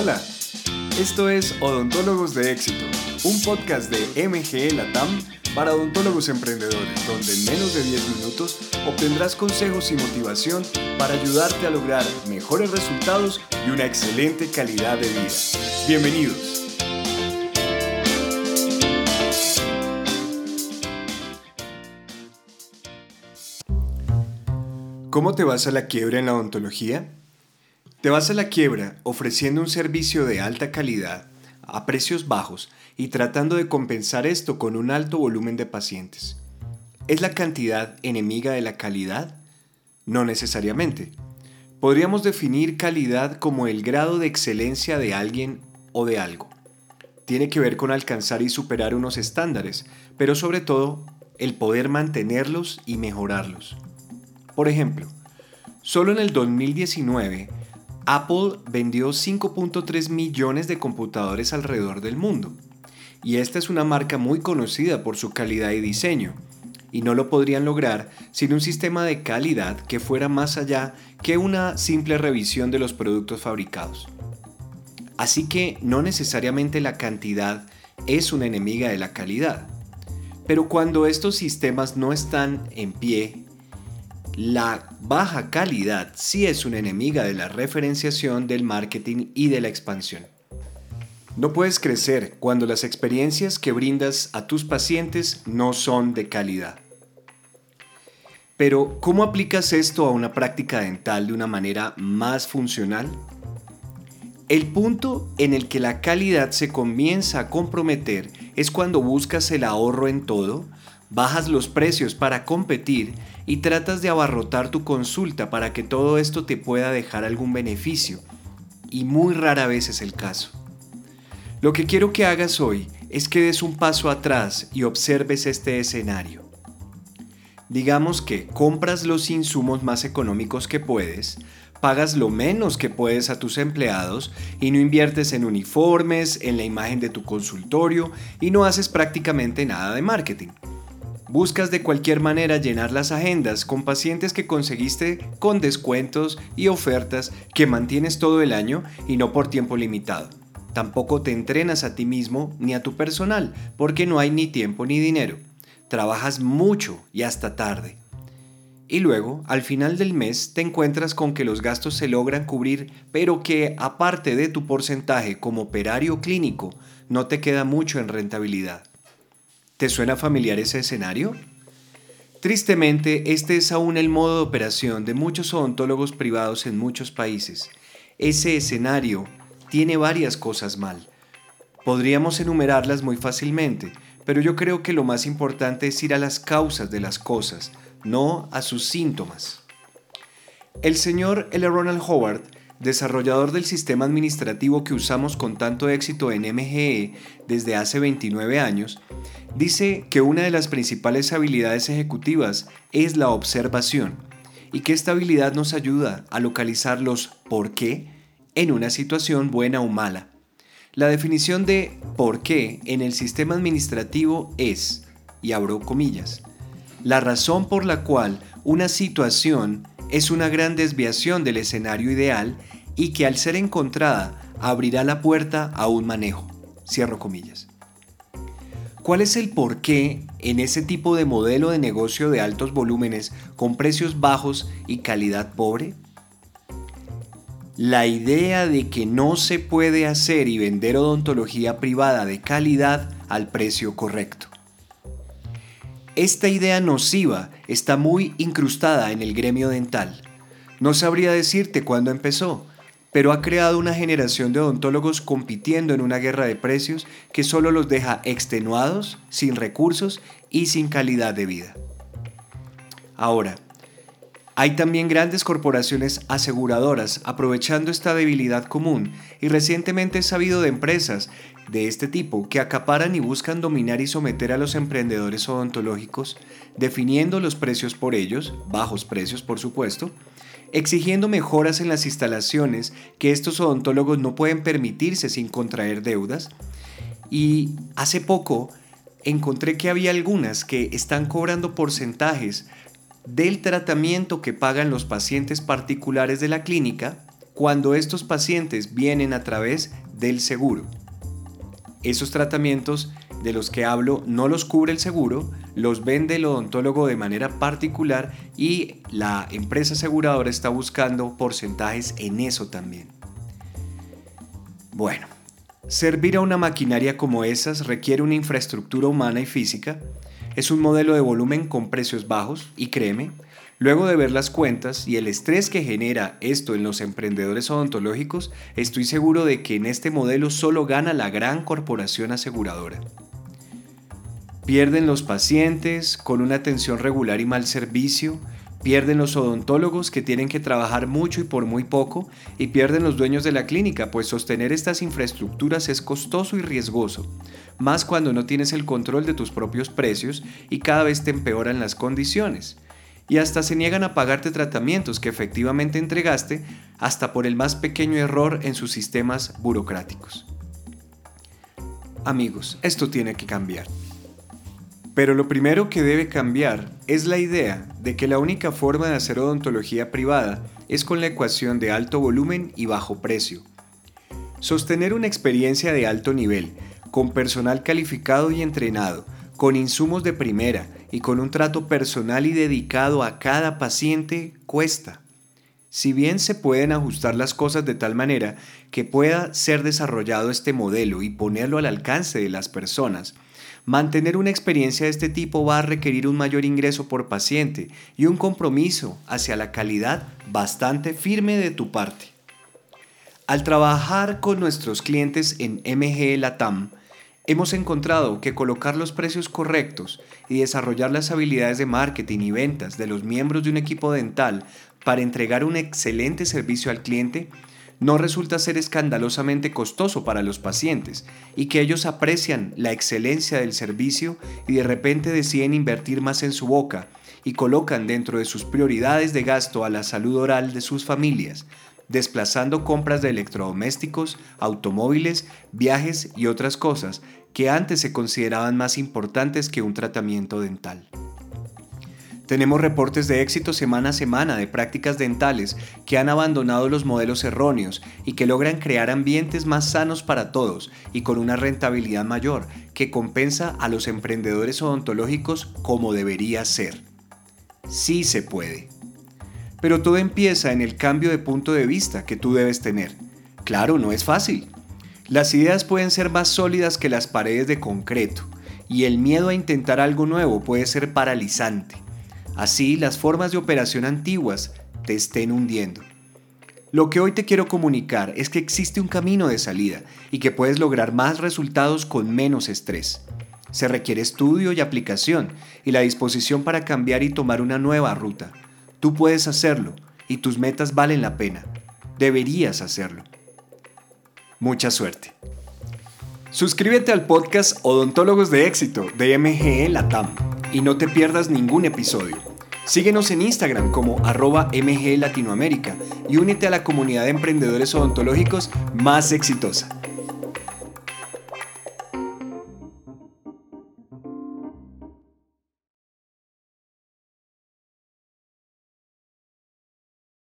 Hola, esto es Odontólogos de Éxito, un podcast de MGE Latam para odontólogos emprendedores, donde en menos de 10 minutos obtendrás consejos y motivación para ayudarte a lograr mejores resultados y una excelente calidad de vida. Bienvenidos. ¿Cómo te vas a la quiebra en la odontología? Te vas a la quiebra ofreciendo un servicio de alta calidad, a precios bajos y tratando de compensar esto con un alto volumen de pacientes. ¿Es la cantidad enemiga de la calidad? No necesariamente. Podríamos definir calidad como el grado de excelencia de alguien o de algo. Tiene que ver con alcanzar y superar unos estándares, pero sobre todo el poder mantenerlos y mejorarlos. Por ejemplo, solo en el 2019, Apple vendió 5.3 millones de computadores alrededor del mundo. Y esta es una marca muy conocida por su calidad y diseño. Y no lo podrían lograr sin un sistema de calidad que fuera más allá que una simple revisión de los productos fabricados. Así que no necesariamente la cantidad es una enemiga de la calidad. Pero cuando estos sistemas no están en pie, la baja calidad sí es una enemiga de la referenciación, del marketing y de la expansión. No puedes crecer cuando las experiencias que brindas a tus pacientes no son de calidad. Pero, ¿cómo aplicas esto a una práctica dental de una manera más funcional? El punto en el que la calidad se comienza a comprometer es cuando buscas el ahorro en todo, bajas los precios para competir y tratas de abarrotar tu consulta para que todo esto te pueda dejar algún beneficio, y muy rara vez es el caso. Lo que quiero que hagas hoy es que des un paso atrás y observes este escenario. Digamos que compras los insumos más económicos que puedes, pagas lo menos que puedes a tus empleados y no inviertes en uniformes, en la imagen de tu consultorio y no haces prácticamente nada de marketing. Buscas de cualquier manera llenar las agendas con pacientes que conseguiste con descuentos y ofertas que mantienes todo el año y no por tiempo limitado. Tampoco te entrenas a ti mismo ni a tu personal porque no hay ni tiempo ni dinero. Trabajas mucho y hasta tarde. Y luego, al final del mes, te encuentras con que los gastos se logran cubrir, pero que, aparte de tu porcentaje como operario clínico, no te queda mucho en rentabilidad. ¿Te suena familiar ese escenario? Tristemente, este es aún el modo de operación de muchos odontólogos privados en muchos países. Ese escenario tiene varias cosas mal. Podríamos enumerarlas muy fácilmente, pero yo creo que lo más importante es ir a las causas de las cosas, no a sus síntomas. El señor L. Ronald Howard, desarrollador del sistema administrativo que usamos con tanto éxito en MGE desde hace 29 años, dice que una de las principales habilidades ejecutivas es la observación y que esta habilidad nos ayuda a localizar los por qué en una situación buena o mala. La definición de por qué en el sistema administrativo es, y abro comillas, la razón por la cual una situación es una gran desviación del escenario ideal y que al ser encontrada abrirá la puerta a un manejo. Cierro comillas. ¿Cuál es el porqué en ese tipo de modelo de negocio de altos volúmenes con precios bajos y calidad pobre? La idea de que no se puede hacer y vender odontología privada de calidad al precio correcto. Esta idea nociva está muy incrustada en el gremio dental. No sabría decirte cuándo empezó, pero ha creado una generación de odontólogos compitiendo en una guerra de precios que solo los deja extenuados, sin recursos y sin calidad de vida. Ahora, hay también grandes corporaciones aseguradoras aprovechando esta debilidad común y recientemente he sabido de empresas de este tipo que acaparan y buscan dominar y someter a los emprendedores odontológicos, definiendo los precios por ellos, bajos precios por supuesto, exigiendo mejoras en las instalaciones que estos odontólogos no pueden permitirse sin contraer deudas. Y hace poco encontré que había algunas que están cobrando porcentajes del tratamiento que pagan los pacientes particulares de la clínica cuando estos pacientes vienen a través del seguro. Esos tratamientos de los que hablo no los cubre el seguro, los vende el odontólogo de manera particular y la empresa aseguradora está buscando porcentajes en eso también. Bueno, servir a una maquinaria como esas requiere una infraestructura humana y física, es un modelo de volumen con precios bajos y créeme, luego de ver las cuentas y el estrés que genera esto en los emprendedores odontológicos, estoy seguro de que en este modelo solo gana la gran corporación aseguradora. Pierden los pacientes con una atención regular y mal servicio, pierden los odontólogos que tienen que trabajar mucho y por muy poco, y pierden los dueños de la clínica, pues sostener estas infraestructuras es costoso y riesgoso, más cuando no tienes el control de tus propios precios y cada vez te empeoran las condiciones. Y hasta se niegan a pagarte tratamientos que efectivamente entregaste, hasta por el más pequeño error en sus sistemas burocráticos. Amigos, esto tiene que cambiar. Pero lo primero que debe cambiar es la idea de que la única forma de hacer odontología privada es con la ecuación de alto volumen y bajo precio. Sostener una experiencia de alto nivel, con personal calificado y entrenado, con insumos de primera y con un trato personal y dedicado a cada paciente cuesta. Si bien se pueden ajustar las cosas de tal manera que pueda ser desarrollado este modelo y ponerlo al alcance de las personas, mantener una experiencia de este tipo va a requerir un mayor ingreso por paciente y un compromiso hacia la calidad bastante firme de tu parte. Al trabajar con nuestros clientes en MG Latam, hemos encontrado que colocar los precios correctos y desarrollar las habilidades de marketing y ventas de los miembros de un equipo dental para entregar un excelente servicio al cliente no resulta ser escandalosamente costoso para los pacientes y que ellos aprecian la excelencia del servicio y de repente deciden invertir más en su boca y colocan dentro de sus prioridades de gasto a la salud oral de sus familias, desplazando compras de electrodomésticos, automóviles, viajes y otras cosas que antes se consideraban más importantes que un tratamiento dental. Tenemos reportes de éxito semana a semana de prácticas dentales que han abandonado los modelos erróneos y que logran crear ambientes más sanos para todos y con una rentabilidad mayor que compensa a los emprendedores odontológicos como debería ser. Sí se puede. Pero todo empieza en el cambio de punto de vista que tú debes tener. Claro, no es fácil. Las ideas pueden ser más sólidas que las paredes de concreto y el miedo a intentar algo nuevo puede ser paralizante. Así, las formas de operación antiguas te estén hundiendo. Lo que hoy te quiero comunicar es que existe un camino de salida y que puedes lograr más resultados con menos estrés. Se requiere estudio y aplicación y la disposición para cambiar y tomar una nueva ruta. Tú puedes hacerlo y tus metas valen la pena. Deberías hacerlo. Mucha suerte. Suscríbete al podcast Odontólogos de Éxito de MG Latam y no te pierdas ningún episodio. Síguenos en Instagram como @MG Latinoamérica y únete a la comunidad de emprendedores odontológicos más exitosa.